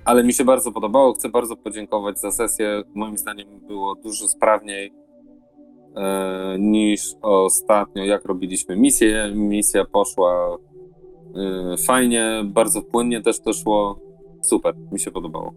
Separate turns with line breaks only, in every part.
Ale mi się bardzo podobało. Chcę bardzo podziękować za sesję. Moim zdaniem było dużo sprawniej niż ostatnio, jak robiliśmy misję. Misja poszła fajnie, bardzo płynnie też to szło. Super, mi się podobało.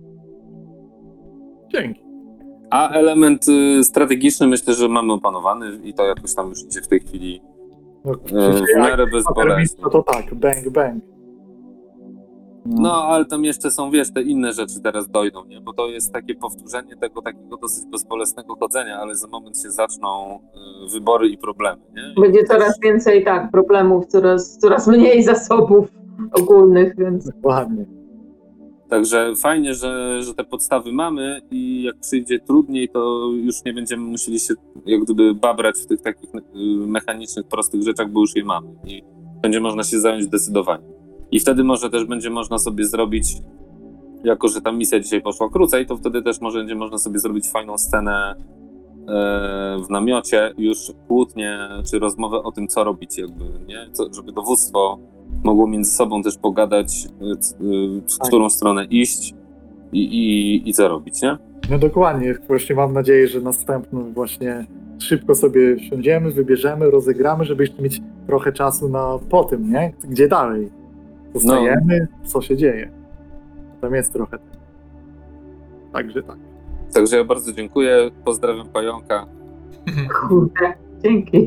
Dzięki.
A element strategiczny myślę, że mamy opanowany i to jakoś tam już idzie w tej chwili w miarę bezboleśnie.
To tak, bang, bang.
No, ale tam jeszcze są, wiesz, te inne rzeczy teraz dojdą, nie? Bo to jest takie powtórzenie tego takiego dosyć bezbolesnego chodzenia, ale za moment się zaczną wybory i problemy, nie?
Będzie coraz więcej, tak, problemów, coraz mniej zasobów ogólnych, więc...
Dokładnie.
Także fajnie, że te podstawy mamy i jak przyjdzie trudniej, to już nie będziemy musieli się jak gdyby babrać w tych takich mechanicznych, prostych rzeczach, bo już je mamy i będzie można się zająć zdecydowanie. I wtedy może też będzie można sobie zrobić, jako że ta misja dzisiaj poszła krócej, to wtedy też może będzie można sobie zrobić fajną scenę w namiocie, już kłótnię czy rozmowę o tym, co robić, jakby, nie? Żeby dowództwo mogło między sobą też pogadać, w którą stronę iść i co robić, nie?
No dokładnie, właśnie mam nadzieję, że następny właśnie szybko sobie wsiądziemy, wybierzemy, rozegramy, żeby jeszcze mieć trochę czasu na po tym, nie? Gdzie dalej? Zostajemy, co się dzieje. Tam jest trochę. Także tak.
Także ja bardzo dziękuję, pozdrawiam Pająka.
Kurde, dzięki.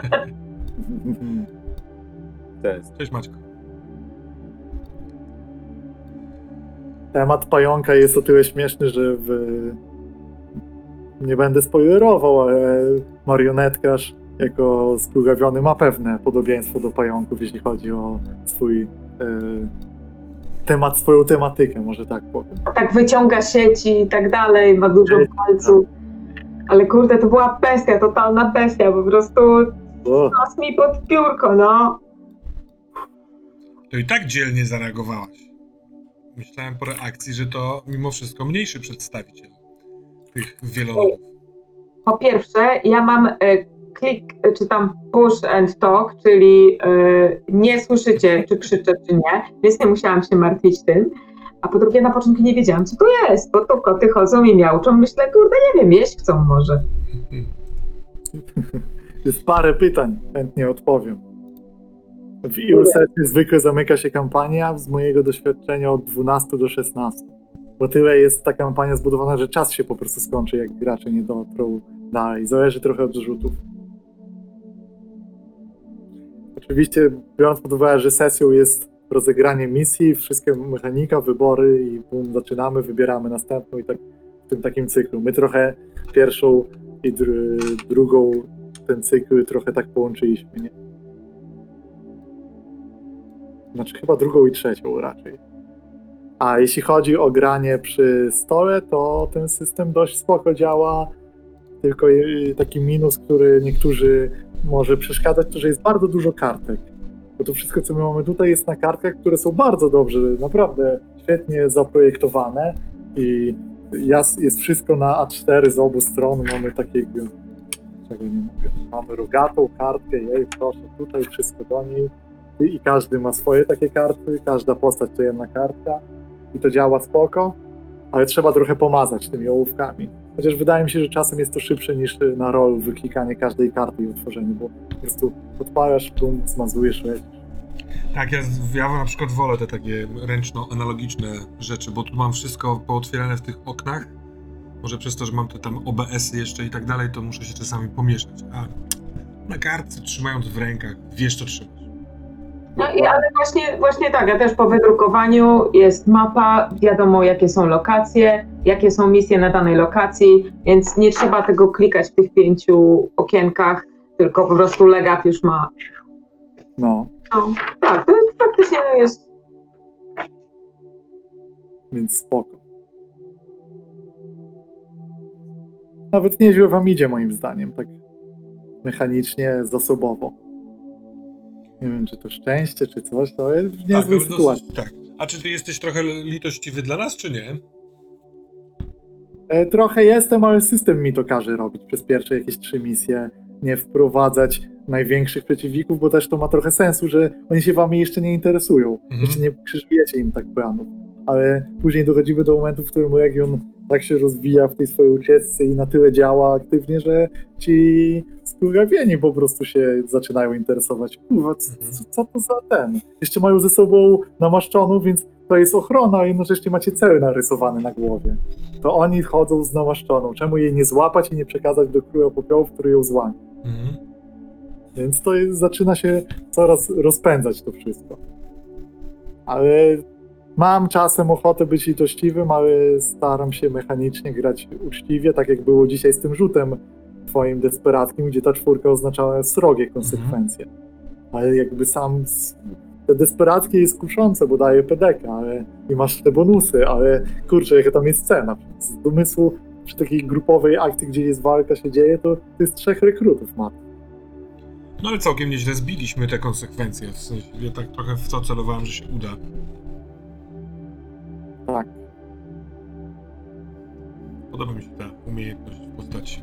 Cześć.
Cześć Maćko.
Temat Pająka jest o tyle śmieszny, że nie będę spoilerował, ale marionetkarz jako splugawiony ma pewne podobieństwo do pająków, jeśli chodzi o swój temat, swoją tematykę, może tak powiem.
Tak wyciąga sieci i tak dalej, ma dużo palców. Ale kurde, to była bestia, totalna bestia, po prostu nos mi pod piórko, no.
To i tak dzielnie zareagowałaś. Myślałem po reakcji, że to mimo wszystko mniejszy przedstawiciel tych wieloludów.
Po pierwsze, ja mam click, czy tam push and talk, czyli nie słyszycie, czy krzyczę, czy nie, więc nie musiałam się martwić tym. A po drugie, na początku nie wiedziałam, co to jest, bo to koty chodzą i miauczą. Myślę, kurde, nie wiem, jeść chcą może.
Jest parę pytań, chętnie odpowiem. W ilu sesji zwykle zamyka się kampania? Z mojego doświadczenia od 12 do 16. Bo tyle jest ta kampania zbudowana, że czas się po prostu skończy, jak gracze nie dotrą dalej. Zależy trochę od rzutów. Oczywiście, biorąc pod uwagę, że sesją jest rozegranie misji, wszystkie mechanika, wybory i boom, zaczynamy, wybieramy następną i tak w tym takim cyklu. My trochę pierwszą i drugą ten cykl trochę tak połączyliśmy, nie? Znaczy chyba drugą i trzecią raczej. A jeśli chodzi o granie przy stole, to ten system dość spoko działa, tylko taki minus, który niektórzy może przeszkadzać, to że jest bardzo dużo kartek. Bo to wszystko, co my mamy tutaj, jest na kartkach, które są bardzo dobrze, naprawdę świetnie zaprojektowane i jest wszystko na A4 z obu stron. Mamy takiego, czego nie mówię, mamy rogatą kartkę, jej proszę, tutaj wszystko do niej i każdy ma swoje takie karty, każda postać to jedna kartka i to działa spoko, ale trzeba trochę pomazać tymi ołówkami. Chociaż wydaje mi się, że czasem jest to szybsze niż na rol wyklikanie każdej karty i utworzenie, bo po prostu odpalasz, plum, zmazujesz, lecisz.
Tak, ja na przykład wolę te takie ręczno-analogiczne rzeczy, bo tu mam wszystko pootwierane w tych oknach. Może przez to, że mam te tam OBS-y jeszcze i tak dalej, to muszę się czasami pomieszać. A na kartce, trzymając w rękach, wiesz, co trzymasz.
No i ale właśnie tak, ja też po wydrukowaniu jest mapa, wiadomo jakie są lokacje, jakie są misje na danej lokacji, więc nie trzeba tego klikać w tych 5 okienkach, tylko po prostu legat już ma.
No.
No, tak, to faktycznie jest.
Więc spoko. Nawet nieźle wam idzie moim zdaniem, tak mechanicznie, zasobowo. Nie wiem, czy to szczęście, czy coś, to jest w niezłej sytuacji.
Tak. A czy ty jesteś trochę litościwy dla nas, czy nie?
Trochę jestem, ale system mi to każe robić przez pierwsze jakieś 3 misje. Nie wprowadzać największych przeciwników, bo też to ma trochę sensu, że oni się wami jeszcze nie interesują. Jeszcze nie krzyżujecie im tak planów. ale później dochodzimy do momentu, w którym region tak się rozwija w tej swojej ucieczce i na tyle działa aktywnie, że ci skurwieni po prostu się zaczynają interesować. Kurwa, co to za ten? Jeszcze mają ze sobą namaszczoną, więc to jest ochrona, a jednocześnie macie cel narysowany na głowie. To oni chodzą z namaszczoną. Czemu jej nie złapać i nie przekazać do króla popiołów, który ją złamie? Więc to jest, zaczyna się coraz rozpędzać to wszystko. Ale mam czasem ochotę być litościwym, ale staram się mechanicznie grać uczciwie, tak jak było dzisiaj z tym rzutem twoim desperackim, gdzie ta 4 oznaczała srogie konsekwencje. Ale jakby te desperackie jest kuszące, bo daje PDK, ale i masz te bonusy, ale kurczę, jaka tam jest cena. Z domysłu przy takiej grupowej akcji, gdzie jest walka, się dzieje, to jest 3 rekrutów ma.
No ale całkiem nieźle zbiliśmy te konsekwencje, w sensie ja tak trochę w to celowałem, że się uda.
Tak.
Podoba mi się ta umiejętność w postaci.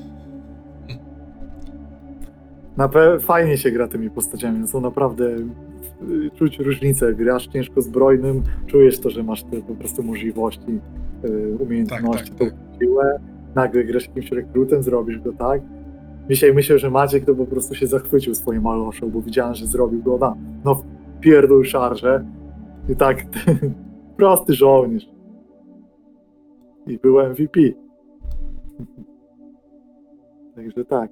Fajnie się gra tymi postaciami, są naprawdę czuć różnicę. Grasz ciężko zbrojnym, czujesz to, że masz te po prostu możliwości, umiejętności,
Tak.
tą siłę. Nagle grasz jakimś rekrutem, zrobisz go tak. Dzisiaj myślę, że Maciek to po prostu się zachwycił swoim maloszem, bo widziałem, że zrobił go no pierdol szarże. I tak prosty żołnierz. I był MVP. Także tak.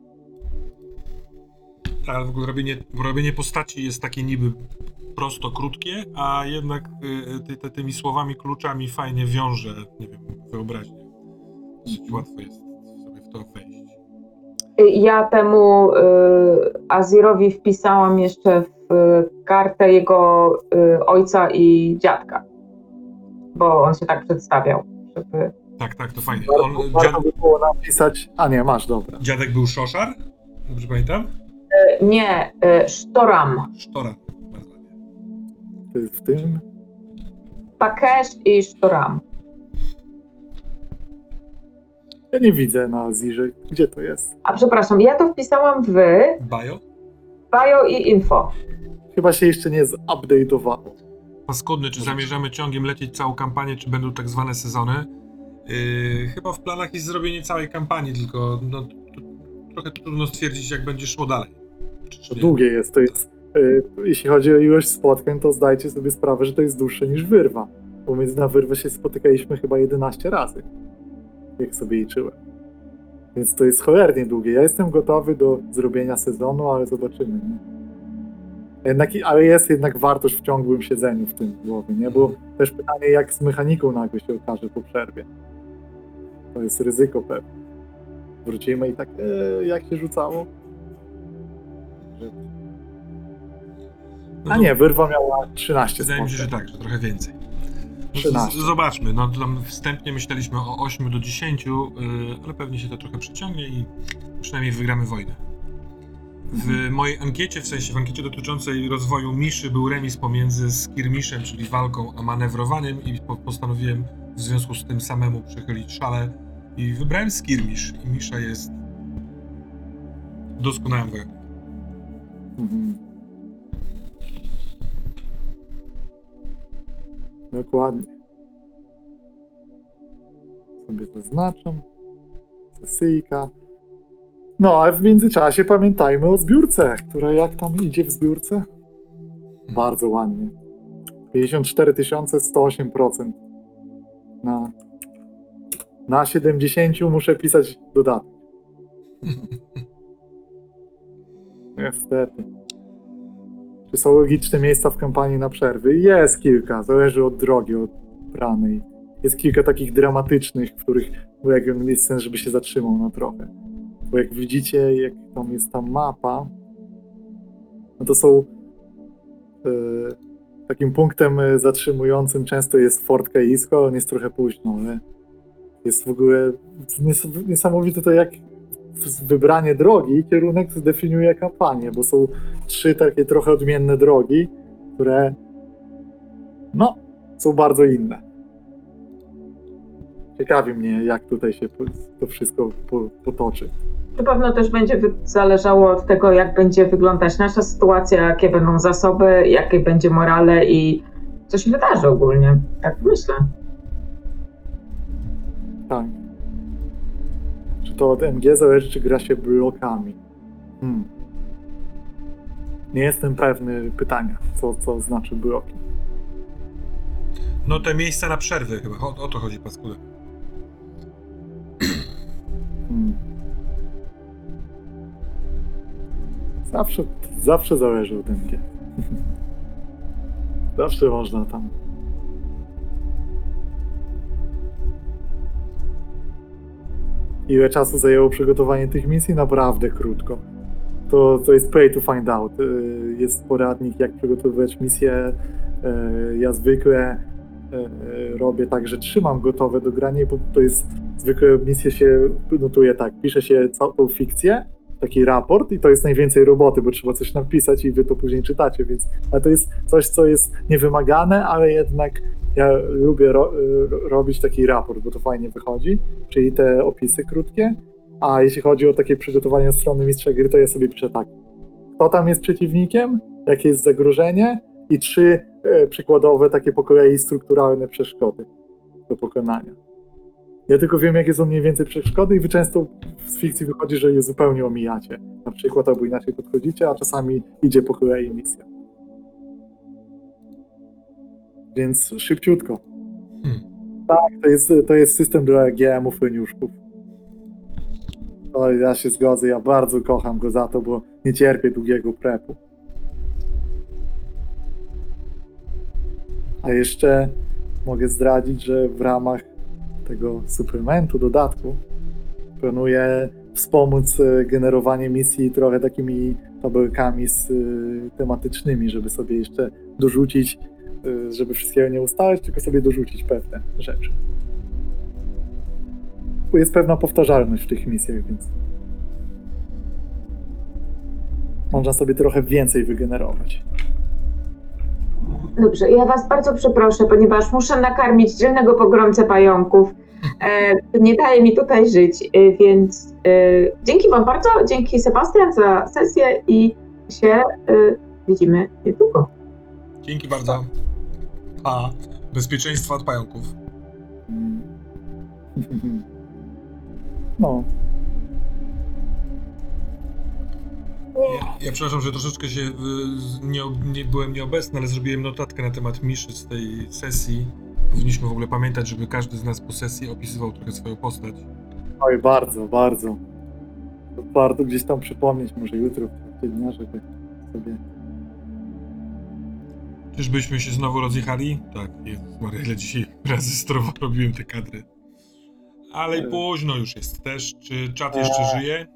Ale w ogóle robienie postaci jest takie niby prosto, krótkie, a jednak tymi słowami, kluczami fajnie wiąże, nie wiem, wyobraźnię. Dosyć łatwo jest sobie w to wejść.
Ja temu Azirowi wpisałam jeszcze w kartę jego ojca i dziadka, bo on się tak przedstawiał, żeby...
Tak, to fajnie.
Warto by było napisać... A nie, masz, dobra.
Dziadek był Szoszar? Dobrze pamiętam?
Nie, Sztoram.
Sztora. Bardzo ładnie.
To jest w tym...
Pakesz i Sztoram.
Ja nie widzę na Azirze. Gdzie to jest?
A przepraszam, ja to wpisałam w
Bio?
bio i info.
Chyba się jeszcze nie zupdate'owało.
Paskudny, czy zamierzamy ciągiem lecieć całą kampanię, czy będą tak zwane sezony? Chyba w planach jest zrobienie całej kampanii, tylko no, trochę trudno stwierdzić, jak będzie szło dalej.
To długie jest. To jest jeśli chodzi o ilość spotkań, to zdajcie sobie sprawę, że to jest dłuższe niż wyrwa. Bo my na wyrwę się spotykaliśmy chyba 11 razy. Jak sobie liczyłem. Więc to jest cholernie długie. Ja jestem gotowy do zrobienia sezonu, ale zobaczymy. Nie? Ale jest jednak wartość w ciągłym siedzeniu w tym głowie, nie? Bo też pytanie, jak z mechaniką nagle się okaże po przerwie. To jest ryzyko pewne. Wrócimy i tak, jak się rzucało? A nie, wyrwa miała 13
Wydaje mi się, że
spotkań.
tak, że trochę więcej.
13.
Zobaczmy, no tam wstępnie myśleliśmy o 8 do 10, ale pewnie się to trochę przeciągnie i przynajmniej wygramy wojnę. W mojej ankiecie, w sensie w ankiecie dotyczącej rozwoju Miszy, był remis pomiędzy skirmiszem, czyli walką, a manewrowaniem i postanowiłem w związku z tym samemu przechylić szale i wybrałem skirmisz i Misza jest doskonałym wojownikiem.
Mhm. Dokładnie. Sobie zaznaczam. Sesyjka. No, a w międzyczasie pamiętajmy o zbiórce, która jak tam idzie w zbiórce? Bardzo ładnie. 54 108%. Na 70 muszę pisać dodatek. Niestety. Czy są logiczne miejsca w kampanii na przerwy? Jest kilka, zależy od drogi obranej. Jest kilka takich dramatycznych, w których jest sens, żeby się zatrzymał na trochę. Bo jak widzicie, jak tam jest ta mapa, no to są takim punktem zatrzymującym często jest Fort Kaisko, on jest trochę późno, ale jest w ogóle niesamowite to, jak wybranie drogi, kierunek zdefiniuje kampanię, bo są 3 takie trochę odmienne drogi, które są bardzo inne. Ciekawi mnie, jak tutaj się to wszystko potoczy.
Na pewno też będzie zależało od tego, jak będzie wyglądać nasza sytuacja, jakie będą zasoby, jakie będzie morale i co się wydarzy ogólnie. Tak myślę.
Tak. Czy to od MG zależy, czy gra się blokami? Nie jestem pewny pytania, co znaczy bloki.
No te miejsca na przerwy chyba, o to chodzi, paskuda.
Zawsze zależy od MG. Zawsze można tam. Ile czasu zajęło przygotowanie tych misji? Naprawdę krótko. To jest pay to find out. Jest poradnik, jak przygotowywać misję. Ja zwykle robię tak, że trzymam gotowe do grania, bo to jest zwykle misję się notuje tak, pisze się całą fikcję, taki raport i to jest najwięcej roboty, bo trzeba coś napisać i wy to później czytacie, więc ale to jest coś, co jest niewymagane, ale jednak ja lubię robić taki raport, bo to fajnie wychodzi, czyli te opisy krótkie, a jeśli chodzi o takie przygotowanie strony mistrza gry, to ja sobie piszę tak, kto tam jest przeciwnikiem, jakie jest zagrożenie i 3 przykładowe takie po kolei strukturalne przeszkody do pokonania. Ja tylko wiem, jakie są mniej więcej przeszkody i wy często z fikcji wychodzi, że je zupełnie omijacie. Na przykład albo inaczej podchodzicie, a czasami idzie po kolei misja. Więc szybciutko. Tak, to jest system dla GM-ów leniuszków. To ja się zgodzę, ja bardzo kocham go za to, bo nie cierpię długiego prepu. A jeszcze mogę zdradzić, że w ramach tego suplementu, dodatku, planuję wspomóc generowanie misji trochę takimi tabelkami tematycznymi, żeby sobie jeszcze dorzucić, żeby wszystkiego nie ustalać, tylko sobie dorzucić pewne rzeczy. Bo jest pewna powtarzalność w tych misjach, więc można sobie trochę więcej wygenerować.
Dobrze, ja was bardzo przeproszę, ponieważ muszę nakarmić dzielnego pogromcę pająków. Nie daje mi tutaj żyć, więc dzięki wam bardzo, dzięki Sebastian za sesję i się widzimy niedługo.
Dzięki bardzo. A bezpieczeństwo od pająków.
No.
Ja przepraszam, że troszeczkę się nie byłem nieobecny, ale zrobiłem notatkę na temat Miszy z tej sesji. Powinniśmy w ogóle pamiętać, żeby każdy z nas po sesji opisywał trochę swoją postać.
Oj, bardzo, bardzo. Warto gdzieś tam przypomnieć, może jutro, w trakcie dnia, żeby sobie...
Czyżbyśmy się znowu rozjechali? Tak, Jezus Maria, ile dzisiaj razy sterowo robiłem te kadry. Ale i późno już jest też. Czy czat jeszcze żyje?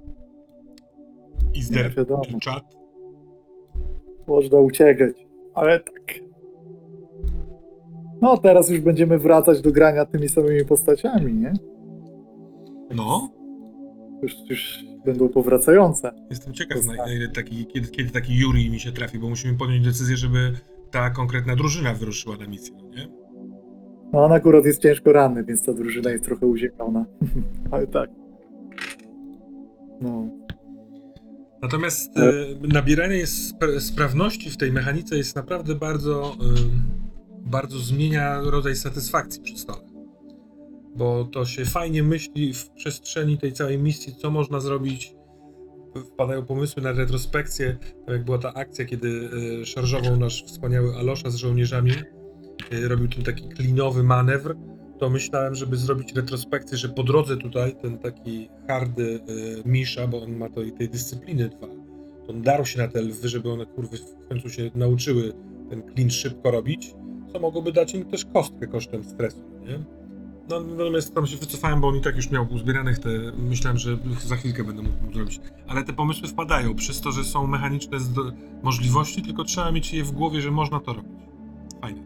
Izder,
wiadomo.
czy czat?
Można uciekać, ale tak. No, teraz już będziemy wracać do grania tymi samymi postaciami, nie?
No.
Już będą powracające.
Jestem ciekaw, kiedy taki Yuri mi się trafi, bo musimy podjąć decyzję, żeby ta konkretna drużyna wyruszyła na misję, no nie?
No, on akurat jest ciężko ranny, więc ta drużyna jest trochę uziemiona. Ale tak. No.
Natomiast nabieranie sprawności w tej mechanice jest naprawdę bardzo zmienia rodzaj satysfakcji przy stole. Bo to się fajnie myśli w przestrzeni tej całej misji, co można zrobić. Wpadają pomysły na retrospekcję, tak jak była ta akcja, kiedy szarżował nasz wspaniały Alosza z żołnierzami, robił ten taki klinowy manewr, to myślałem, żeby zrobić retrospekcję, że po drodze tutaj ten taki hardy Misza, bo on ma tej dyscypliny 2, to on darł się na te lwy, żeby one kurwy w końcu się nauczyły ten klin szybko robić, co mogłoby dać im też kostkę kosztem stresu, nie? No, natomiast tam się wycofałem, bo on i tak już miał uzbieranych myślałem, że za chwilkę będę mógł zrobić. Ale te pomysły wpadają, przez to, że są mechaniczne możliwości, tylko trzeba mieć je w głowie, że można to robić. Fajnie.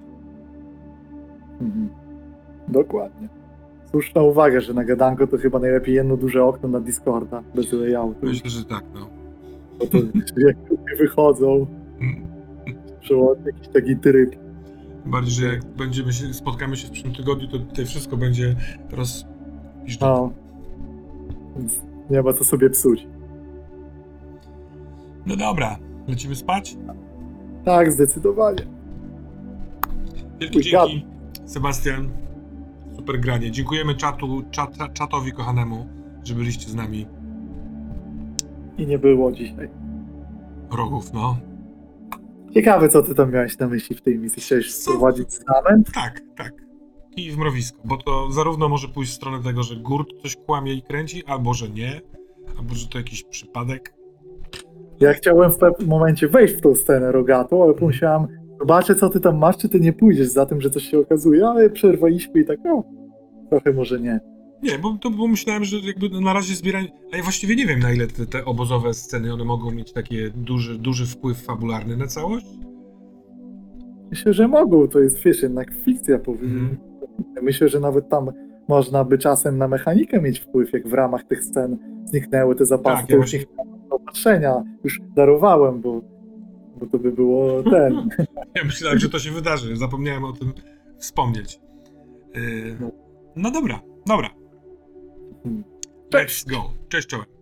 Dokładnie. Słuszna uwaga, że na gadanko to chyba najlepiej jedno duże okno na Discorda, bez layoutu.
Myślę, że tak, no.
Bo to jak ludzie wychodzą, przełączyć jakiś taki tryb.
Bardziej, że jak spotkamy się w przyszłym tygodniu, to tutaj wszystko będzie teraz piszczeć.
No. Więc nie ma co sobie psuć.
No dobra, lecimy spać?
Tak, zdecydowanie.
Wielkie dzięki, Sebastian. Super granie. Dziękujemy czatowi kochanemu, że byliście z nami.
I nie było dzisiaj.
Rogów, no.
Ciekawe, co ty tam miałeś na myśli w tej misji. Chciałeś wprowadzić znament?
Tak. I w mrowisko, bo to zarówno może pójść w stronę tego, że Gurt coś kłamie i kręci, albo że nie, albo że to jakiś przypadek.
Ja chciałem w pewnym momencie wejść w tą scenę rogatą, ale pomyślałem, zobaczę, co ty tam masz, czy ty nie pójdziesz za tym, że coś się okazuje, ale przerwaliśmy i tak, trochę może nie.
Nie, bo myślałem, że jakby na razie zbieranie... A ja właściwie nie wiem, na ile te obozowe sceny, one mogą mieć taki duży wpływ fabularny na całość.
Myślę, że mogą, to jest, wiesz, jednak fikcja powinna. Myślę, że nawet tam można by czasem na mechanikę mieć wpływ, jak w ramach tych scen zniknęły te zapasy,
Tak,
to już nie chciałem do patrzenia, już darowałem, bo to by było ten.
Ja myślałem, że to się wydarzy, zapomniałem o tym wspomnieć. No dobra.
Cześć.
Let's go. Cześć, czołem.